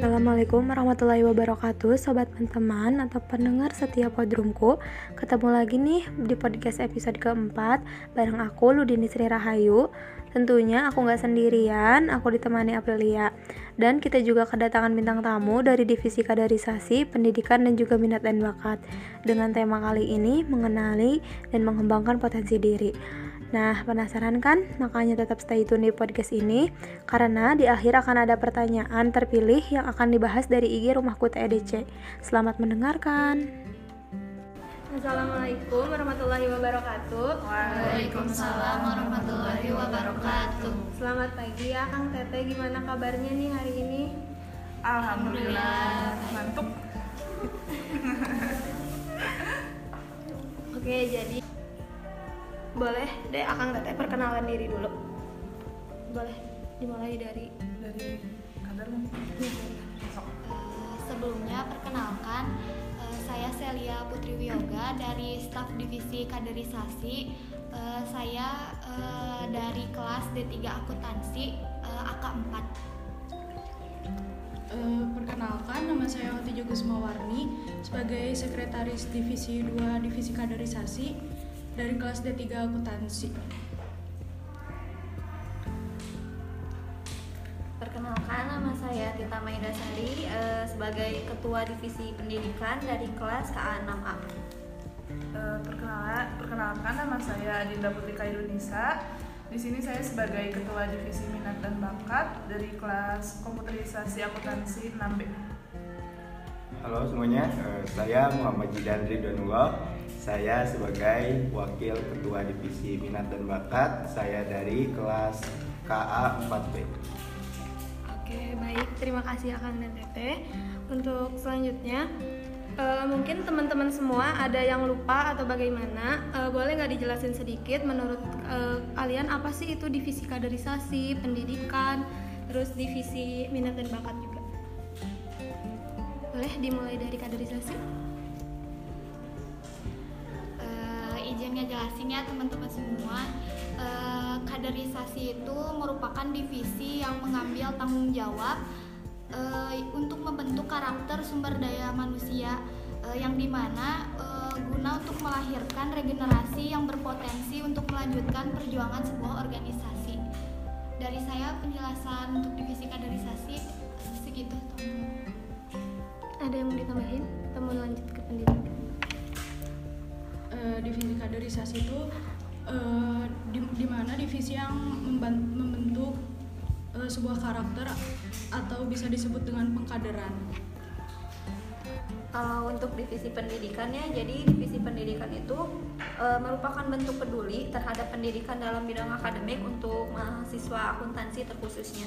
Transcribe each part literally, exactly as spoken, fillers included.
Assalamualaikum warahmatullahi wabarakatuh, sobat teman atau pendengar setiap podrumku. Ketemu lagi nih di podcast episode keempat bareng aku Ludini Sri Rahayu. Tentunya aku gak sendirian, aku ditemani Aprilia. Dan kita juga kedatangan bintang tamu dari Divisi Kaderisasi, Pendidikan dan juga Minat dan Bakat, dengan tema kali ini mengenali dan mengembangkan potensi diri. Nah, penasaran kan? Makanya tetap stay tune di podcast ini, karena di akhir akan ada pertanyaan terpilih yang akan dibahas dari I G Rumahku T E D C. Selamat mendengarkan. Assalamualaikum warahmatullahi wabarakatuh. Waalaikumsalam warahmatullahi wabarakatuh. Selamat pagi ya Kang Tete, gimana kabarnya nih hari ini? Alhamdulillah, mantap. Oke, jadi boleh deh Akang Teteh perkenalan diri dulu. Boleh dimulai dari dari kader mungkin. Uh, sebelumnya perkenalkan, uh, saya Celia Putri Wiyoga dari staf divisi kaderisasi. Uh, saya uh, dari kelas D tiga akuntansi uh, A K empat. Uh, perkenalkan, nama saya Hoti Jogusmawarni sebagai sekretaris divisi dua divisi kaderisasi dari kelas D tiga akuntansi. Perkenalkan, nama saya Tita Maida Sari eh, sebagai ketua divisi pendidikan dari kelas K A enam A. Uh, perkenalan, perkenalkan nama saya Dinda Putri Kairunisa. Di sini saya sebagai ketua divisi minat dan bakat dari kelas komputerisasi akuntansi enam B. Halo semuanya, uh, saya Muhammad Jidan Ridwanullah. Saya sebagai wakil ketua divisi minat dan bakat. Saya dari kelas K A empat B. Oke, baik. Terima kasih Akang dan Teteh. Untuk selanjutnya, uh, mungkin teman-teman semua ada yang lupa atau bagaimana, uh, boleh nggak dijelasin sedikit menurut uh, kalian apa sih itu divisi kaderisasi, pendidikan, terus divisi minat dan bakat juga? Boleh dimulai dari kaderisasi? Uh, izin ngejelasin ya teman-teman semua. Uh, kaderisasi itu merupakan divisi yang mengambil tanggung jawab uh, untuk membentuk karakter sumber daya manusia uh, yang dimana uh, guna untuk melahirkan regenerasi yang berpotensi untuk melanjutkan perjuangan sebuah organisasi. Dari saya penjelasan untuk divisi kaderisasi uh, segitu teman-teman. Ada yang mau ditambahin? Atau mau lanjut ke pendidikan? Uh, divisi kaderisasi itu uh, di, di mana divisi yang memban- membentuk uh, sebuah karakter atau bisa disebut dengan pengkaderan. Kalau untuk divisi pendidikannya, jadi divisi pendidikan itu e, merupakan bentuk peduli terhadap pendidikan dalam bidang akademik untuk mahasiswa akuntansi terkhususnya.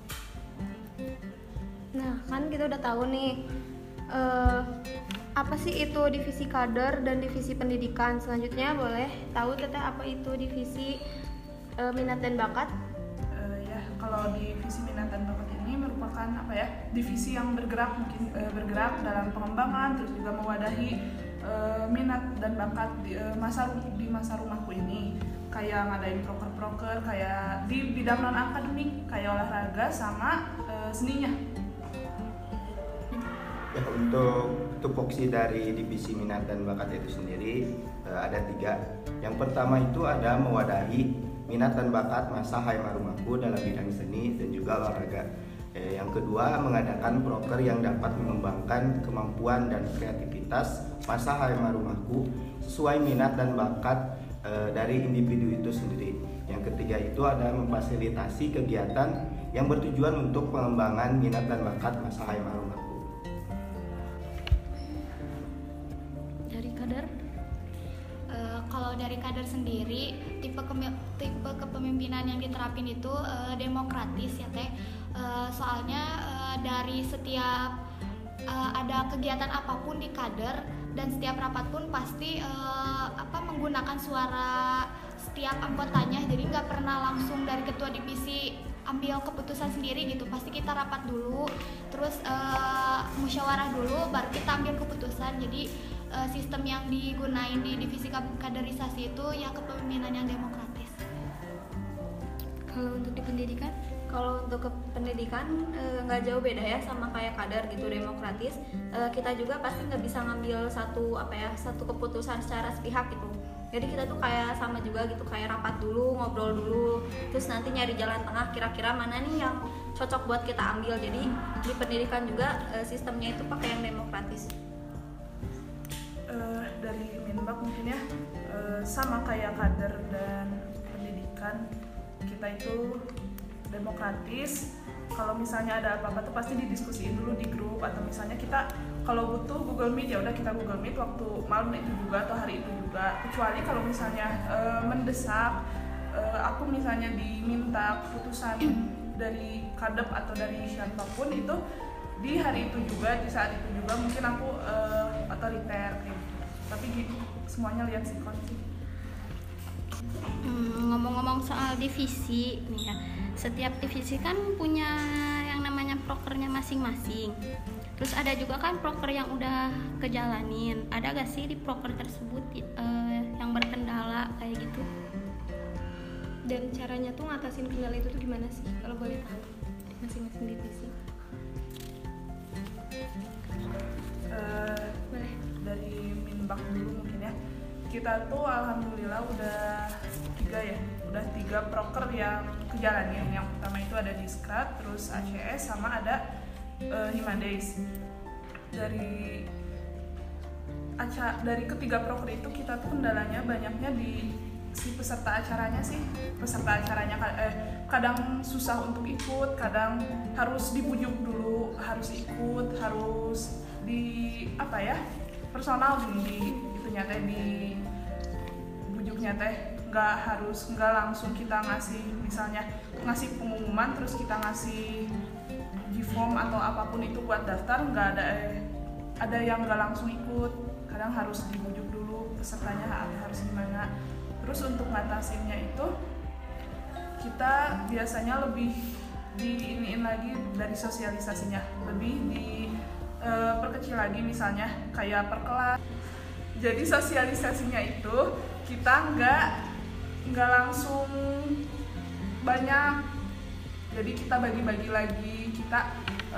Nah, kan kita udah tahu nih uh, apa sih itu divisi kader dan divisi pendidikan. Selanjutnya boleh tahu Teteh apa itu divisi uh, minat dan bakat? Uh, ya, kalau divisi minat dan bakat ini merupakan apa ya? Divisi yang bergerak mungkin uh, bergerak dalam pengembangan, terus juga mewadahi uh, minat dan bakat di uh, masa di masa rumahku ini. Kayak ngadain proker-proker, kayak di bidang non akademik, kayak olahraga sama uh, seninya. Ya, untuk tupoksi dari divisi minat dan bakat itu sendiri uh, ada tiga. Yang pertama itu ada mewadahi minat dan bakat masa hayam rumahku dalam bidang seni dan juga olahraga. Eh, yang kedua, mengadakan proker yang dapat mengembangkan kemampuan dan kreativitas masa hayam rumahku sesuai minat dan bakat eh, dari individu itu sendiri. Yang ketiga itu ada memfasilitasi kegiatan yang bertujuan untuk pengembangan minat dan bakat masa hayam rumahku. Dari kader? Uh, kalau dari kader sendiri, tipe kemi- tipe kepemimpinan yang diterapin itu uh, demokratis ya teh. Uh, soalnya uh, dari setiap uh, ada kegiatan apapun di kader dan setiap rapat pun pasti uh, apa menggunakan suara setiap anggotanya. Jadi nggak pernah langsung dari ketua divisi ambil keputusan sendiri gitu. Pasti kita rapat dulu, terus uh, musyawarah dulu, baru kita ambil keputusan. Jadi uh, sistem yang digunain di divisi kaderisasi itu ya kepemimpinan yang demokratis. Kalau untuk di pendidikan? Kalau untuk ke pendidikan nggak e, jauh beda ya sama kayak kader gitu, demokratis. E, kita juga pasti nggak bisa ngambil satu apa ya satu keputusan secara sepihak gitu. Jadi kita tuh kayak sama juga gitu, kayak rapat dulu, ngobrol dulu, terus nanti nyari jalan tengah kira-kira mana nih yang cocok buat kita ambil. Jadi di pendidikan juga e, sistemnya itu pakai yang demokratis. Uh, dari Minbak mungkin ya uh, sama kayak kader dan pendidikan, kita itu demokratis. Kalau misalnya ada apa-apa tuh pasti didiskusiin dulu di grup, atau misalnya kita kalau butuh Google Meet ya udah kita Google Meet waktu malam itu juga atau hari itu juga. Kecuali kalau misalnya uh, mendesak, uh, aku misalnya diminta keputusan dari kadep atau dari siapapun itu di hari itu juga, di saat itu juga mungkin aku uh, otoriter kayak gitu. Tapi gitu, semuanya lihat sikon sih. Hmm, ngomong-ngomong soal divisi nih ya, setiap divisi kan punya yang namanya prokernya masing-masing. Terus ada juga kan proker yang udah kejalanin. Ada gak sih di proker tersebut uh, yang berkendala kayak gitu? Dan caranya tuh ngatasin kendala itu tuh gimana sih kalau boleh tahu di masing-masing divisi? Uh, dari Minbak dulu mungkin ya, kita tuh alhamdulillah udah tiga ya udah tiga proker yang kejalanin. Yang pertama itu ada Diskrat, terus A C S, sama ada uh, Himadays. Dari aca dari ketiga proker itu kita tuh kendalanya banyaknya di si peserta acaranya sih peserta acaranya eh, kadang susah untuk ikut, kadang harus dibujuk dulu, harus ikut, harus di apa ya personal di itunya teh, di bujuknya teh, nggak harus nggak langsung kita ngasih misalnya ngasih pengumuman terus kita ngasih G-form atau apapun itu buat daftar, nggak ada eh, ada yang nggak langsung ikut, kadang harus dibujuk dulu pesertanya harus gimana. Terus untuk ngatasinnya itu kita biasanya lebih diiniin lagi dari sosialisasinya, lebih di e, perkecil lagi misalnya kayak per kelas. Jadi sosialisasinya itu kita nggak nggak langsung banyak, jadi kita bagi-bagi lagi, kita e,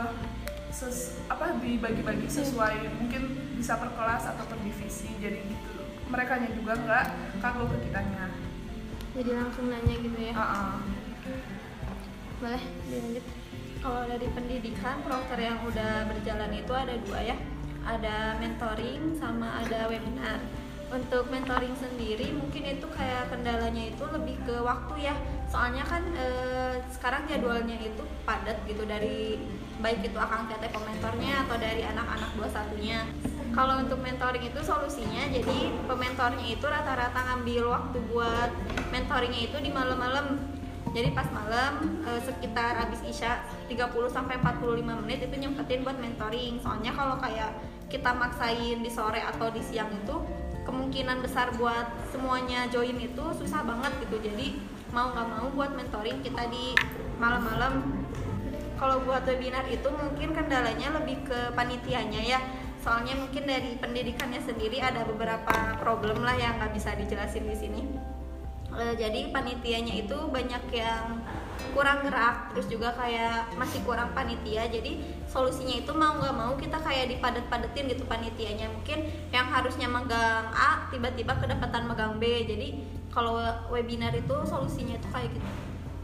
ses, apa dibagi-bagi sesuai mungkin bisa per kelas atau per divisi, jadi gitu. Merekanya juga nggak kaku ke kitanya. Jadi langsung nanya gitu ya? Uh-uh. Boleh dilanjut. Kalau dari pendidikan, proker yang udah berjalan itu ada dua ya, ada mentoring sama ada webinar. Untuk mentoring sendiri mungkin itu kayak kendalanya itu lebih ke waktu ya, soalnya kan e, sekarang jadwalnya itu padat gitu, dari baik itu akang teteh pementornya atau dari anak-anak dua satunya. Kalau untuk mentoring itu solusinya, jadi pementornya itu rata-rata ngambil waktu buat mentoringnya itu di malam-malam. Jadi pas malam e, sekitar habis isya tiga puluh sampai empat puluh lima menit itu nyempetin buat mentoring. Soalnya kalau kayak kita maksain di sore atau di siang itu kemungkinan besar buat semuanya join itu susah banget gitu. Jadi mau nggak mau buat mentoring kita di malam-malam. Kalau buat webinar itu mungkin kendalanya lebih ke panitianya ya. Soalnya mungkin dari pendidikannya sendiri ada beberapa problem lah yang nggak bisa dijelasin di sini. E, jadi panitianya itu banyak yang kurang gerak, terus juga kayak masih kurang panitia. Jadi solusinya itu mau nggak mau kita kayak dipadet-padetin gitu panitianya. Mungkin yang harusnya megang A tiba-tiba kedapatan megang B. Jadi kalau webinar itu solusinya itu kayak gitu.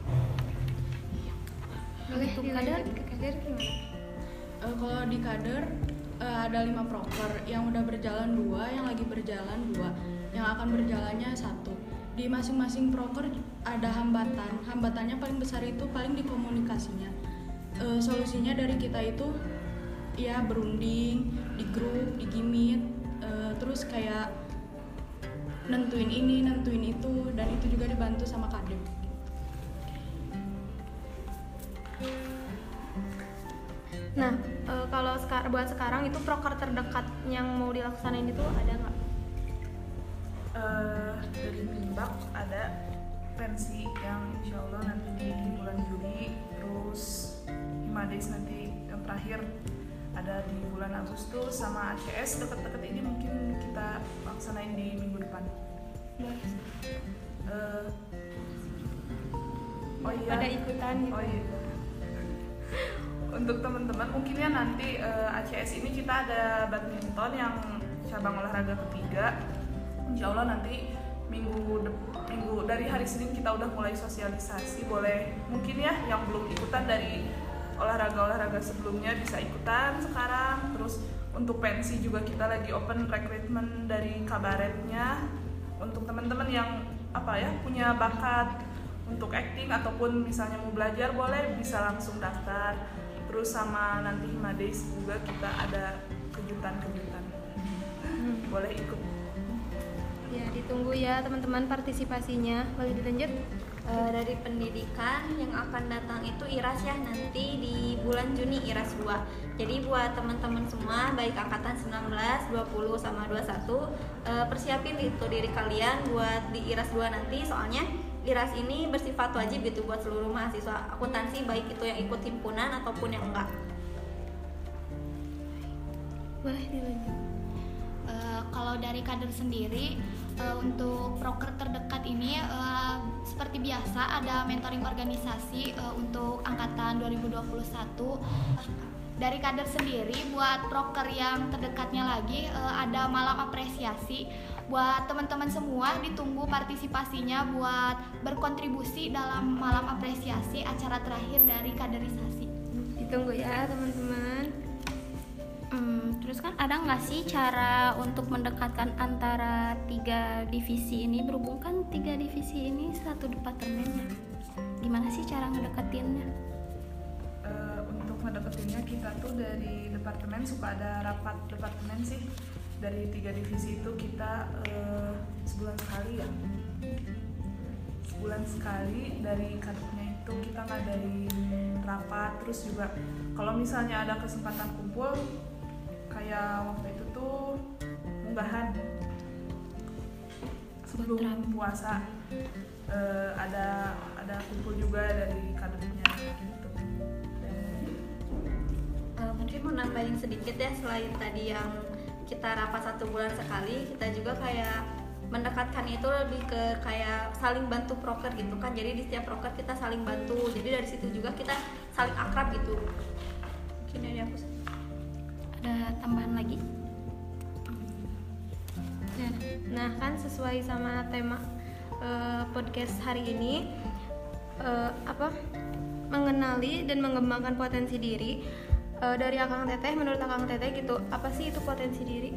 Boleh Untuk kader, dilanjut. kader gimana? Uh, kalau di kader uh, ada lima proker, yang udah berjalan dua, yang lagi berjalan dua, yang akan berjalannya satu. Di masing-masing proker ada hambatan. Hambatannya paling besar itu paling di komunikasinya. Uh, solusinya dari kita itu ya berunding di grup, di Gmeet, uh, terus kayak nentuin ini, nentuin itu, dan itu juga dibantu sama kadep. Nah, e, kalau sekar- buat sekarang itu proker terdekat yang mau dilaksanain itu ada nggak? Uh, dari Minbak ada pensi yang insya Allah nanti di bulan Juli, terus Himadays nanti yang terakhir ada di bulan Agustus, sama A C S deket-deket ini mungkin kita laksanain di minggu depan. Uh, Oh iya. pada ikutan gitu. Oh iya. Untuk teman-teman mungkin ya nanti uh, A C S ini kita ada badminton yang cabang olahraga ketiga. Insya Allah nanti minggu minggu dari hari Senin kita udah mulai sosialisasi. Boleh mungkin ya yang belum ikutan dari olahraga-olahraga sebelumnya bisa ikutan sekarang. Terus untuk pensi juga kita lagi open recruitment dari kabaretnya. Untuk teman-teman yang apa ya punya bakat untuk acting ataupun misalnya mau belajar boleh bisa langsung daftar. Terus sama nanti Himadays juga kita ada kejutan-kejutan. Hmm. Boleh ikut. Ya, ditunggu ya teman-teman partisipasinya. Boleh dilanjut? Uh, dari pendidikan yang akan datang itu I R A S ya nanti di bulan Juni I R A S dua. Jadi buat teman-teman semua baik angkatan sembilan belas, dua puluh sama dua puluh satu uh, persiapin itu diri kalian buat di I R A S dua nanti, soalnya I R A S ini bersifat wajib gitu buat seluruh mahasiswa akuntansi baik itu yang ikut himpunan ataupun yang enggak. Boleh dilanjut. Uh, kalau dari kader sendiri uh, untuk proker terdekat ini uh, seperti biasa ada mentoring organisasi uh, untuk angkatan dua ribu dua puluh satu. Dari kader sendiri buat proker yang terdekatnya lagi uh, ada malam apresiasi. Buat teman-teman semua ditunggu partisipasinya buat berkontribusi dalam malam apresiasi acara terakhir dari kaderisasi. Ditunggu ya teman-teman. Hmm, terus kan ada nggak sih cara untuk mendekatkan antara tiga divisi ini, berhubung kan tiga divisi ini satu departemennya, gimana sih cara ngedekatinnya? Uh, untuk mendekatinnya kita tuh dari departemen suka ada rapat departemen sih. Dari tiga divisi itu kita uh, sebulan sekali ya sebulan sekali dari kadernya itu kita ngadain rapat. Terus juga kalau misalnya ada kesempatan kumpul kayak waktu itu tuh munggahan sebelum puasa uh, ada ada kumpul juga dari kadernya gitu. Uh, mungkin mau nambahin sedikit ya, selain tadi yang kita rapat satu bulan sekali, kita juga kayak mendekatkan itu lebih ke kayak saling bantu proker gitu kan. Jadi di setiap proker kita saling bantu, jadi dari situ juga kita saling akrab gitu. Mungkin dari aku ada tambahan lagi? Nah, nah kan sesuai sama tema uh, podcast hari ini uh, apa mengenali dan mengembangkan potensi diri. Uh, dari Akang Teteh, menurut Akang Teteh gitu, apa sih itu potensi diri?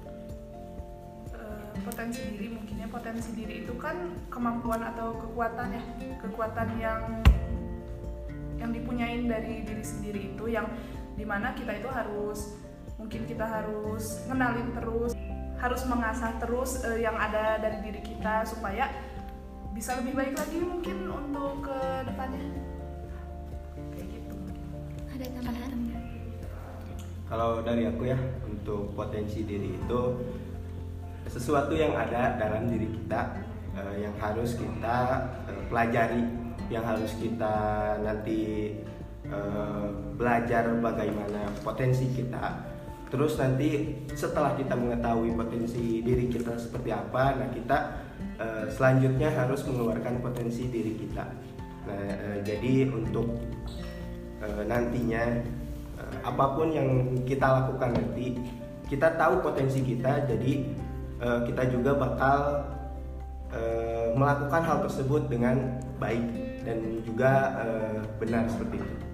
Uh, potensi diri mungkinnya potensi diri itu kan kemampuan atau kekuatan ya, kekuatan yang yang dipunyain dari diri sendiri itu, yang dimana kita itu harus mungkin kita harus ngenalin terus, harus mengasah terus uh, yang ada dari diri kita supaya bisa lebih baik lagi mungkin untuk ke depannya. Kayak gitu. Ada tambahan? Kalau dari aku ya, untuk potensi diri itu sesuatu yang ada dalam diri kita eh, yang harus kita eh, pelajari, yang harus kita nanti eh, belajar bagaimana potensi kita. Terus nanti setelah kita mengetahui potensi diri kita seperti apa, nah kita eh, selanjutnya harus mengeluarkan potensi diri kita. Nah, eh, jadi untuk eh, nantinya apapun yang kita lakukan nanti, kita tahu potensi kita, jadi uh, kita juga bakal uh, melakukan hal tersebut dengan baik dan juga uh, benar seperti itu.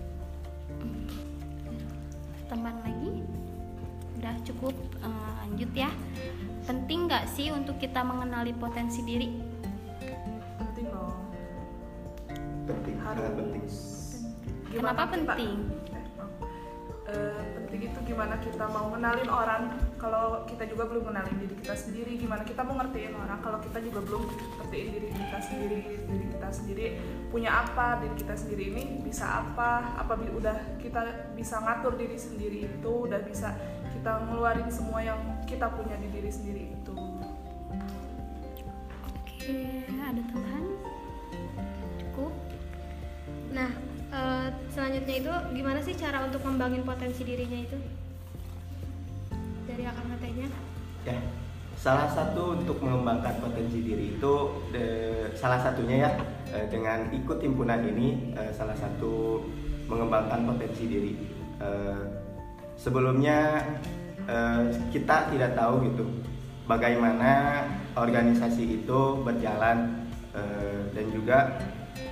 Tambahan lagi? Udah cukup, uh, lanjut ya. Penting nggak sih untuk kita mengenali potensi diri? Penting loh. Penting, sangat penting. Kenapa penting? Uh, penting itu gimana kita mau ngenalin orang kalau kita juga belum ngenalin diri kita sendiri, gimana kita mau ngertiin orang kalau kita juga belum ngertiin diri kita sendiri. Diri kita sendiri punya apa, diri kita sendiri ini bisa apa, apa udah kita bisa ngatur diri sendiri itu, udah bisa kita ngeluarin semua yang kita punya di diri sendiri itu. Oke, ada tambahan? Cukup? Nah, Uh, selanjutnya itu gimana sih cara untuk ngembangin potensi dirinya itu? Dari Akang Tetehnya? Ya, salah satu untuk mengembangkan potensi diri itu de, salah satunya ya eh, dengan ikut himpunan ini eh, salah satu mengembangkan potensi diri. Eh, sebelumnya eh, kita tidak tahu gitu bagaimana organisasi itu berjalan eh, dan juga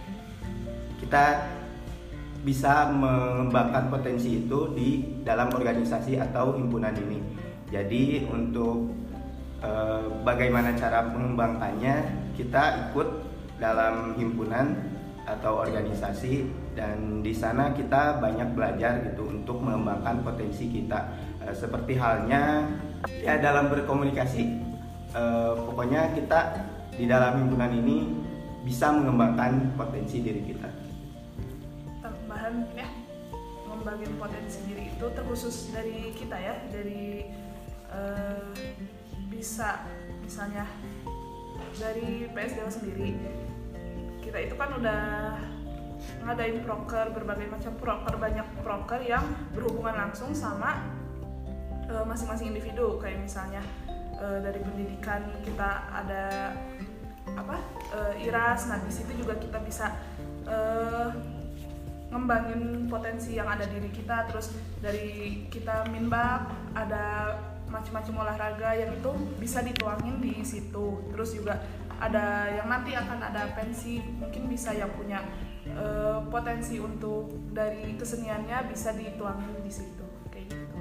kita bisa mengembangkan potensi itu di dalam organisasi atau himpunan ini. Jadi untuk eh, bagaimana cara mengembangkannya, kita ikut dalam himpunan atau organisasi dan di sana kita banyak belajar gitu untuk mengembangkan potensi kita. Eh, seperti halnya ya dalam berkomunikasi, eh, pokoknya kita di dalam himpunan ini bisa mengembangkan potensi diri kita. Tambahan ya, mengembangkan potensi diri itu terkhusus dari kita ya, dari uh, bisa misalnya dari P S D O sendiri. Kita itu kan udah ngadain proker, berbagai macam proker, banyak proker yang berhubungan langsung sama uh, masing-masing individu. Kayak misalnya uh, dari pendidikan kita ada apa uh, I R A S, nah di situ juga kita bisa uh, ngembangin potensi yang ada diri kita. Terus dari kita minbak ada macam-macam olahraga yang itu bisa dituangin di situ. Terus juga ada yang nanti akan ada pensi, mungkin bisa yang punya uh, potensi untuk dari keseniannya bisa dituangin di situ kayak gitu.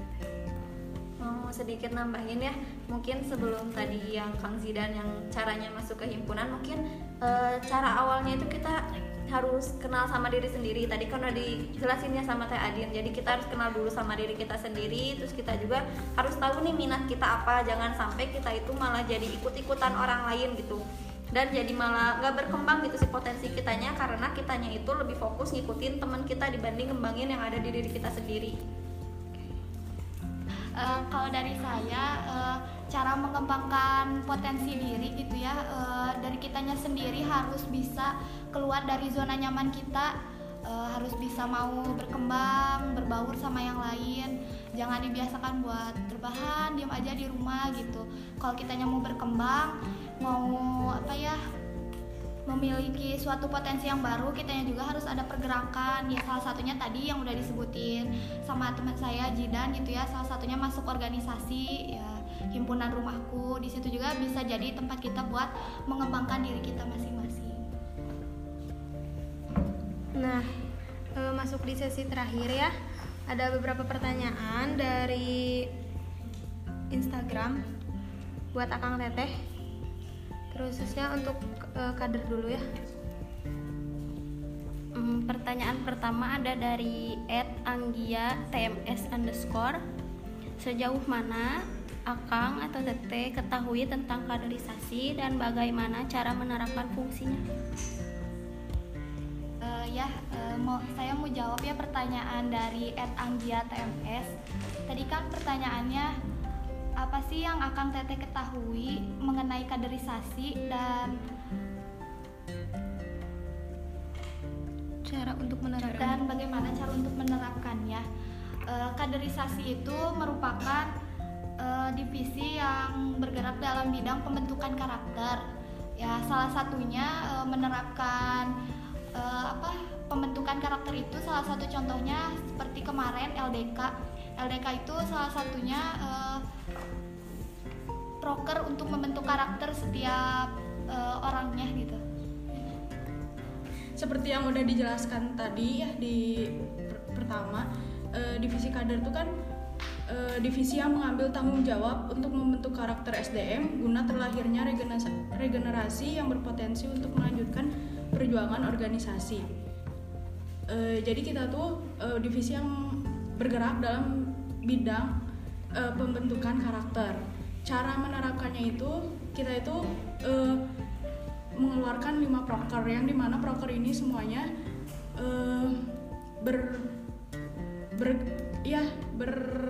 Mau sedikit nambahin ya, mungkin sebelum tadi yang Kang Zidan yang caranya masuk ke himpunan, mungkin uh, cara awalnya itu kita harus kenal sama diri sendiri. Tadi kan udah dijelasinnya sama Teh Adin, jadi kita harus kenal dulu sama diri kita sendiri. Terus kita juga harus tahu nih minat kita apa, jangan sampai kita itu malah jadi ikut-ikutan orang lain gitu, dan jadi malah nggak berkembang gitu si potensi kitanya, karena kitanya itu lebih fokus ngikutin teman kita dibanding ngembangin yang ada di diri kita sendiri. Uh, kalau dari saya, uh, cara mengembangkan potensi diri gitu ya, uh, dari kitanya sendiri harus bisa keluar dari zona nyaman kita, uh, harus bisa mau berkembang, berbaur sama yang lain. Jangan dibiasakan buat rebahan, diam aja di rumah gitu. Kalau kitanya mau berkembang, mau apa ya, memiliki suatu potensi yang baru, kitanya juga harus ada pergerakan. Ya salah satunya tadi yang udah disebutin sama teman saya Jidan gitu ya, salah satunya masuk organisasi ya, himpunan rumahku. Di situ juga bisa jadi tempat kita buat mengembangkan diri kita masing-masing. Nah, e, masuk di sesi terakhir ya. Ada beberapa pertanyaan dari Instagram buat Akang Teteh. Khususnya untuk uh, kader dulu ya. Hmm, pertanyaan pertama ada dari et anggia tms underscore. Sejauh mana Akang atau Teteh ketahui tentang kaderisasi dan bagaimana cara menerapkan fungsinya? Uh, ya, uh, mau, saya mau jawab ya pertanyaan dari et anggia tms. Tadi kan pertanyaannya, apa sih yang Akang Teteh ketahui mengenai kaderisasi dan cara untuk menerapkan dan bagaimana cara untuk menerapkannya? E, kaderisasi itu merupakan e, divisi yang bergerak dalam bidang pembentukan karakter. Ya, salah satunya e, menerapkan e, apa pembentukan karakter itu salah satu contohnya seperti kemarin L D K. L D K itu salah satunya e, proker untuk membentuk karakter setiap uh, orangnya gitu. Seperti yang udah dijelaskan tadi ya di per- pertama, uh, divisi kader itu kan uh, divisi yang mengambil tanggung jawab untuk membentuk karakter S D M guna terlahirnya regenerasi, regenerasi yang berpotensi untuk melanjutkan perjuangan organisasi. Uh, jadi kita tuh uh, divisi yang bergerak dalam bidang uh, pembentukan karakter. Cara menerapkannya itu kita itu uh, mengeluarkan lima proker, yang dimana proker ini semuanya uh, ber ber ya ber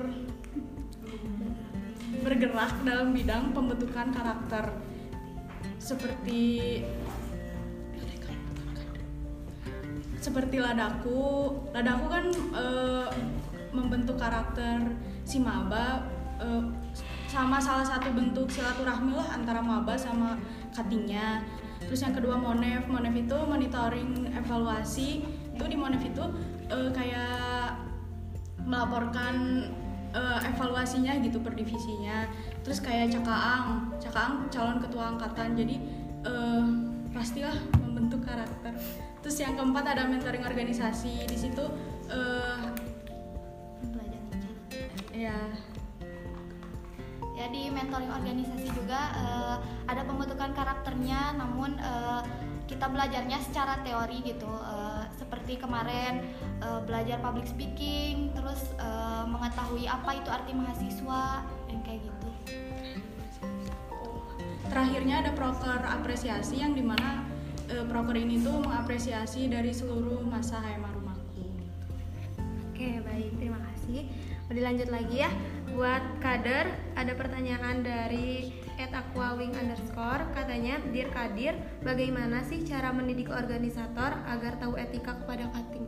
bergerak dalam bidang pembentukan karakter seperti seperti Ladaku. Ladaku kan uh, membentuk karakter si maba. Uh, sama salah satu bentuk silaturahmi lah antara maba sama cuttingnya. Terus yang kedua Monef, Monef itu monitoring evaluasi. Itu di Monef itu uh, kayak melaporkan uh, evaluasinya gitu per divisinya. Terus kayak Cakaang, Cakaang calon ketua angkatan. Jadi uh, pastilah membentuk karakter. Terus yang keempat ada mentoring organisasi. Di situ uh, belajar bicara. Ya. Ya di mentoring organisasi juga uh, ada pembentukan karakternya, namun uh, kita belajarnya secara teori gitu. Uh, seperti kemarin uh, belajar public speaking, terus uh, mengetahui apa itu arti mahasiswa dan kayak gitu. Terakhirnya ada proker apresiasi yang dimana e, proker ini tuh mengapresiasi dari seluruh masa H M A Rumahku. Oke, baik, terima kasih. Mau dilanjut lagi ya. Buat kader, ada pertanyaan dari et aquawing underscore. Katanya, Dear Kadir, bagaimana sih cara mendidik organisator agar tahu etika kepada cutting?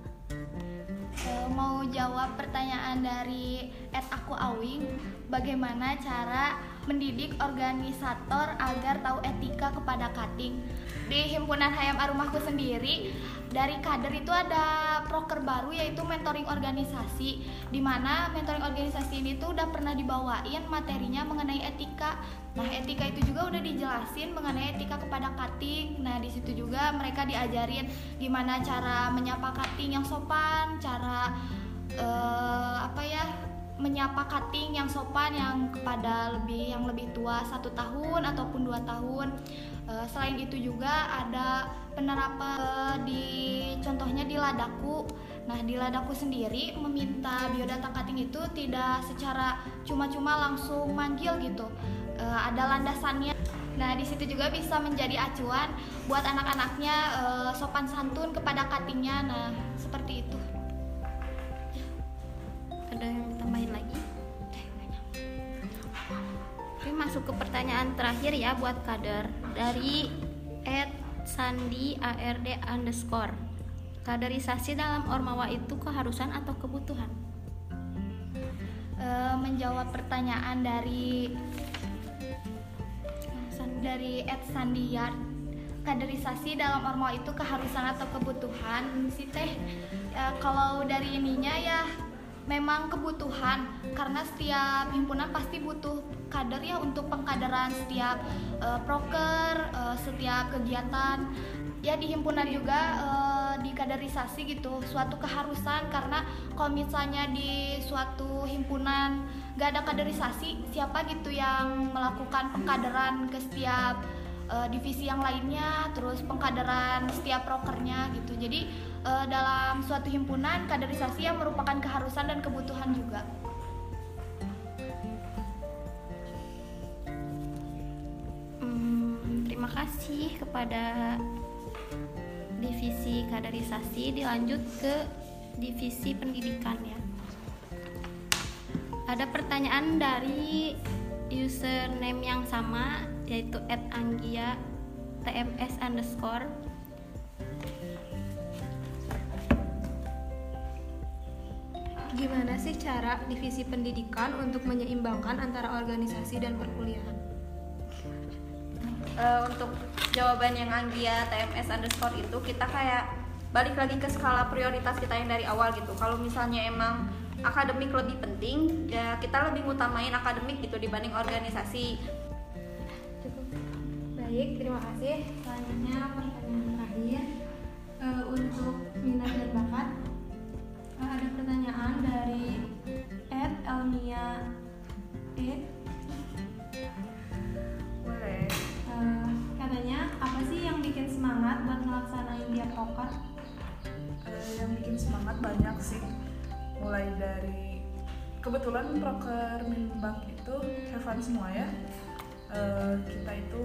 E, mau jawab pertanyaan dari et aquawing, bagaimana cara mendidik organisator agar tahu etika kepada cutting. Di himpunan H M A Rumahku sendiri, dari kader itu ada proker baru yaitu mentoring organisasi, di mana mentoring organisasi ini tuh udah pernah dibawain materinya mengenai etika. Nah, etika itu juga udah dijelasin mengenai etika kepada cutting. Nah, di situ juga mereka diajarin gimana cara menyapa cutting yang sopan, cara uh, apa ya? menyapa cutting yang sopan yang kepada lebih yang lebih tua satu tahun ataupun dua tahun. E, selain itu juga ada penerapan e, di contohnya di Ladaku. Nah, di Ladaku sendiri meminta biodata cutting itu tidak secara cuma-cuma langsung manggil gitu. E, ada landasannya. Nah, di situ juga bisa menjadi acuan buat anak-anaknya e, sopan santun kepada cuttingnya. Nah, seperti itu. Ada yang tambahin lagi? Oke, masuk ke pertanyaan terakhir ya buat kader dari et sandi ard underscore. Kaderisasi dalam Ormawa itu keharusan atau kebutuhan? E, menjawab pertanyaan dari dari et sandiyar, kaderisasi dalam Ormawa itu keharusan atau kebutuhan sih teh? E, kalau dari ininya ya memang kebutuhan, karena setiap himpunan pasti butuh kader ya untuk pengkaderan setiap uh, proker, uh, setiap kegiatan. Ya di himpunan juga uh, di kaderisasi gitu, suatu keharusan, karena kalau misalnya di suatu himpunan gak ada kaderisasi, siapa gitu yang melakukan pengkaderan ke setiap uh, divisi yang lainnya, terus pengkaderan setiap prokernya gitu. Jadi Uh, dalam suatu himpunan, kaderisasi yang merupakan keharusan dan kebutuhan juga. Hmm, terima kasih kepada divisi kaderisasi. Dilanjut ke divisi pendidikan ya. Ada pertanyaan dari username yang sama, yaitu et anggia tms underscore. Gimana sih cara divisi pendidikan untuk menyeimbangkan antara organisasi dan perkuliahan? Uh, untuk jawaban yang Anggia T M S underscore itu, kita kayak balik lagi ke skala prioritas kita yang dari awal gitu. Kalau misalnya emang akademik lebih penting, ya kita lebih ngutamain akademik gitu dibanding organisasi. Cukup. Baik, terima kasih. Selanjutnya pertanyaan terakhir, uh, untuk minat dan bakat. Uh, ada pertanyaan dari et elmia e. Boleh. Uh, katanya, apa sih yang bikin semangat buat ngelaksanain dia proker? Uh, yang bikin semangat banyak sih, mulai dari kebetulan proker Minbank itu have fun semua ya. Uh, kita itu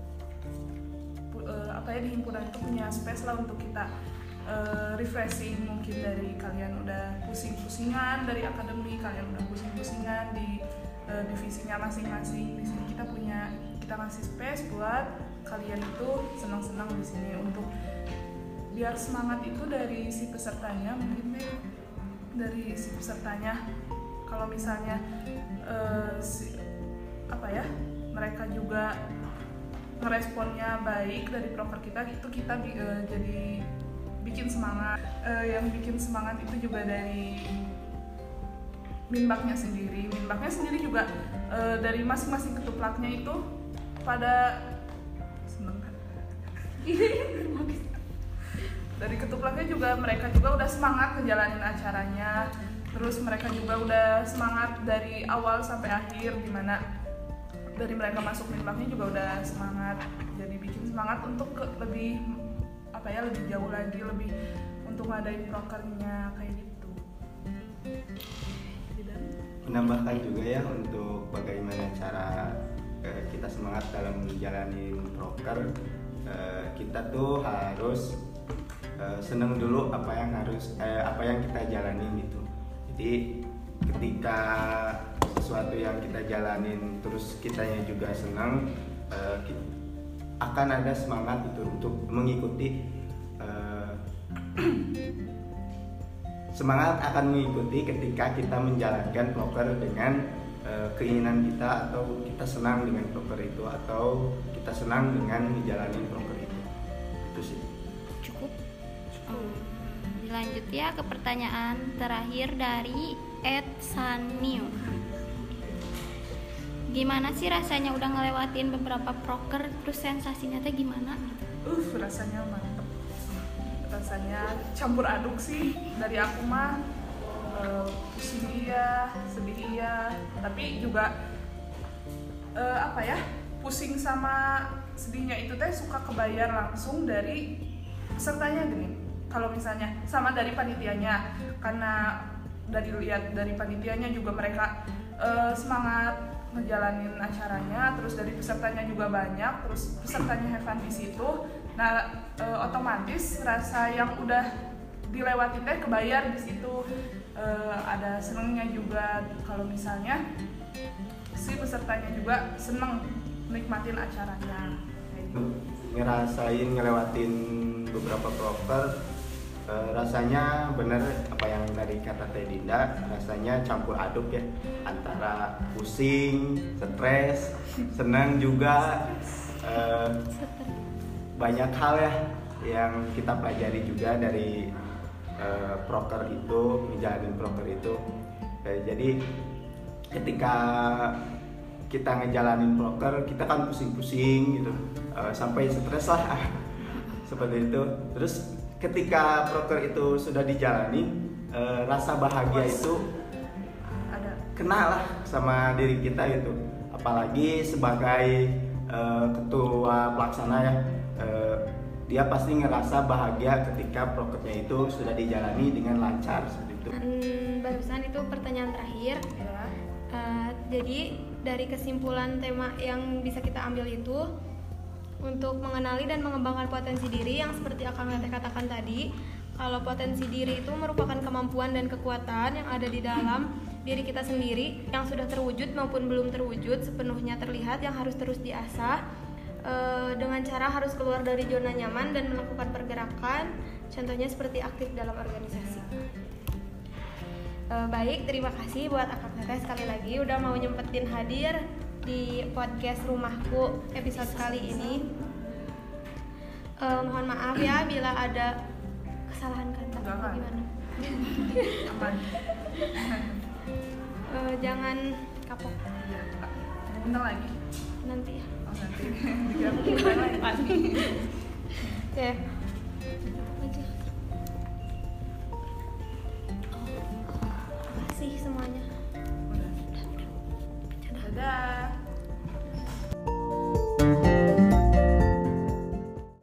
uh, apa ya di himpunan itu punya space lah untuk kita uh, refreshing. Mungkin dari kalian udah pusing-pusingan dari akademi, kalian udah pusing-pusingan di uh, divisinya masing-masing. Di sini kita punya kita ngasih space buat kalian itu senang-senang di sini, untuk biar semangat itu dari si pesertanya. Mungkin deh dari si pesertanya, kalau misalnya uh, si, apa ya, mereka juga ngeresponnya baik dari proker kita, itu kita uh, jadi bikin semangat. Uh, yang bikin semangat itu juga dari minbaknya sendiri. Minbaknya sendiri juga uh, dari masing-masing ketuplaknya itu pada seneng kan? Dari ketuplaknya juga mereka juga udah semangat ngejalanin acaranya. Terus mereka juga udah semangat dari awal sampai akhir, dimana dari mereka masuk minbaknya juga udah semangat. Jadi bikin semangat untuk ke, lebih apa ya, lebih jauh lagi, lebih untuk ngadain prokernya kayak gitu. Menambahkan juga ya untuk bagaimana cara eh, kita semangat dalam menjalani proker. Eh, kita tuh harus eh, seneng dulu apa yang harus eh, apa yang kita jalanin gitu. Jadi ketika sesuatu yang kita jalanin terus kitanya juga senang, eh, kita, akan ada semangat itu untuk mengikuti eh, semangat akan mengikuti ketika kita menjalankan proker dengan uh, keinginan kita, atau kita senang dengan proker itu, atau kita senang dengan menjalani proker itu. Itu sih. Cukup. Hmm. Dilanjut ya ke pertanyaan terakhir dari Ed Saniu. Gimana sih rasanya udah ngelewatin beberapa proker, terus sensasinya teh gimana gitu? Uh, rasanya mantep. Rasanya campur aduk sih. Dari aku mah uh, pusing iya, sedih iya, tapi juga uh, apa ya, pusing sama sedihnya itu teh suka kebayar langsung dari pesertanya gini. Kalau misalnya sama dari panitianya, karena dari lihat dari panitianya juga mereka uh, semangat ngejalanin acaranya, terus dari pesertanya juga banyak, terus pesertanya have fun di situ. Nah, e, otomatis rasa yang udah dilewati teh kebayar di situ. E, ada senengnya juga kalau misalnya si pesertanya juga seneng menikmatin acaranya. Ngerasain ngelewatin beberapa proker, e, rasanya bener apa yang dari kata Teh Dinda, rasanya campur aduk ya, antara pusing, stres, senang juga. E, banyak hal ya yang kita pelajari juga dari uh, proker itu, ngejalanin proker itu. Uh, jadi ketika kita ngejalanin proker, kita kan pusing-pusing gitu, uh, sampai stres lah seperti itu. Terus ketika proker itu sudah dijalani, uh, rasa bahagia itu kena lah sama diri kita gitu. Apalagi sebagai uh, ketua pelaksana ya, Uh, dia pasti ngerasa bahagia ketika prokernya itu sudah dijalani dengan lancar seperti itu. Hmm, barusan itu pertanyaan terakhir. Ya. Uh, jadi dari kesimpulan tema yang bisa kita ambil itu, untuk mengenali dan mengembangkan potensi diri yang seperti Akang Teteh katakan tadi, kalau potensi diri itu merupakan kemampuan dan kekuatan yang ada di dalam diri kita sendiri, yang sudah terwujud maupun belum terwujud sepenuhnya terlihat, yang harus terus diasah. Uh, dengan cara harus keluar dari zona nyaman dan melakukan pergerakan, contohnya seperti aktif dalam organisasi. Uh, baik, terima kasih buat Akang Teteh sekali lagi udah mau nyempetin hadir di podcast Rumahku episode kali ini. Uh, mohon maaf ya bila ada kesalahan kata atau gimana. uh, jangan kapok. Bentar lagi. Nanti ya. Nanti diganti lagi. Oke. Terima kasih semuanya. Dadah.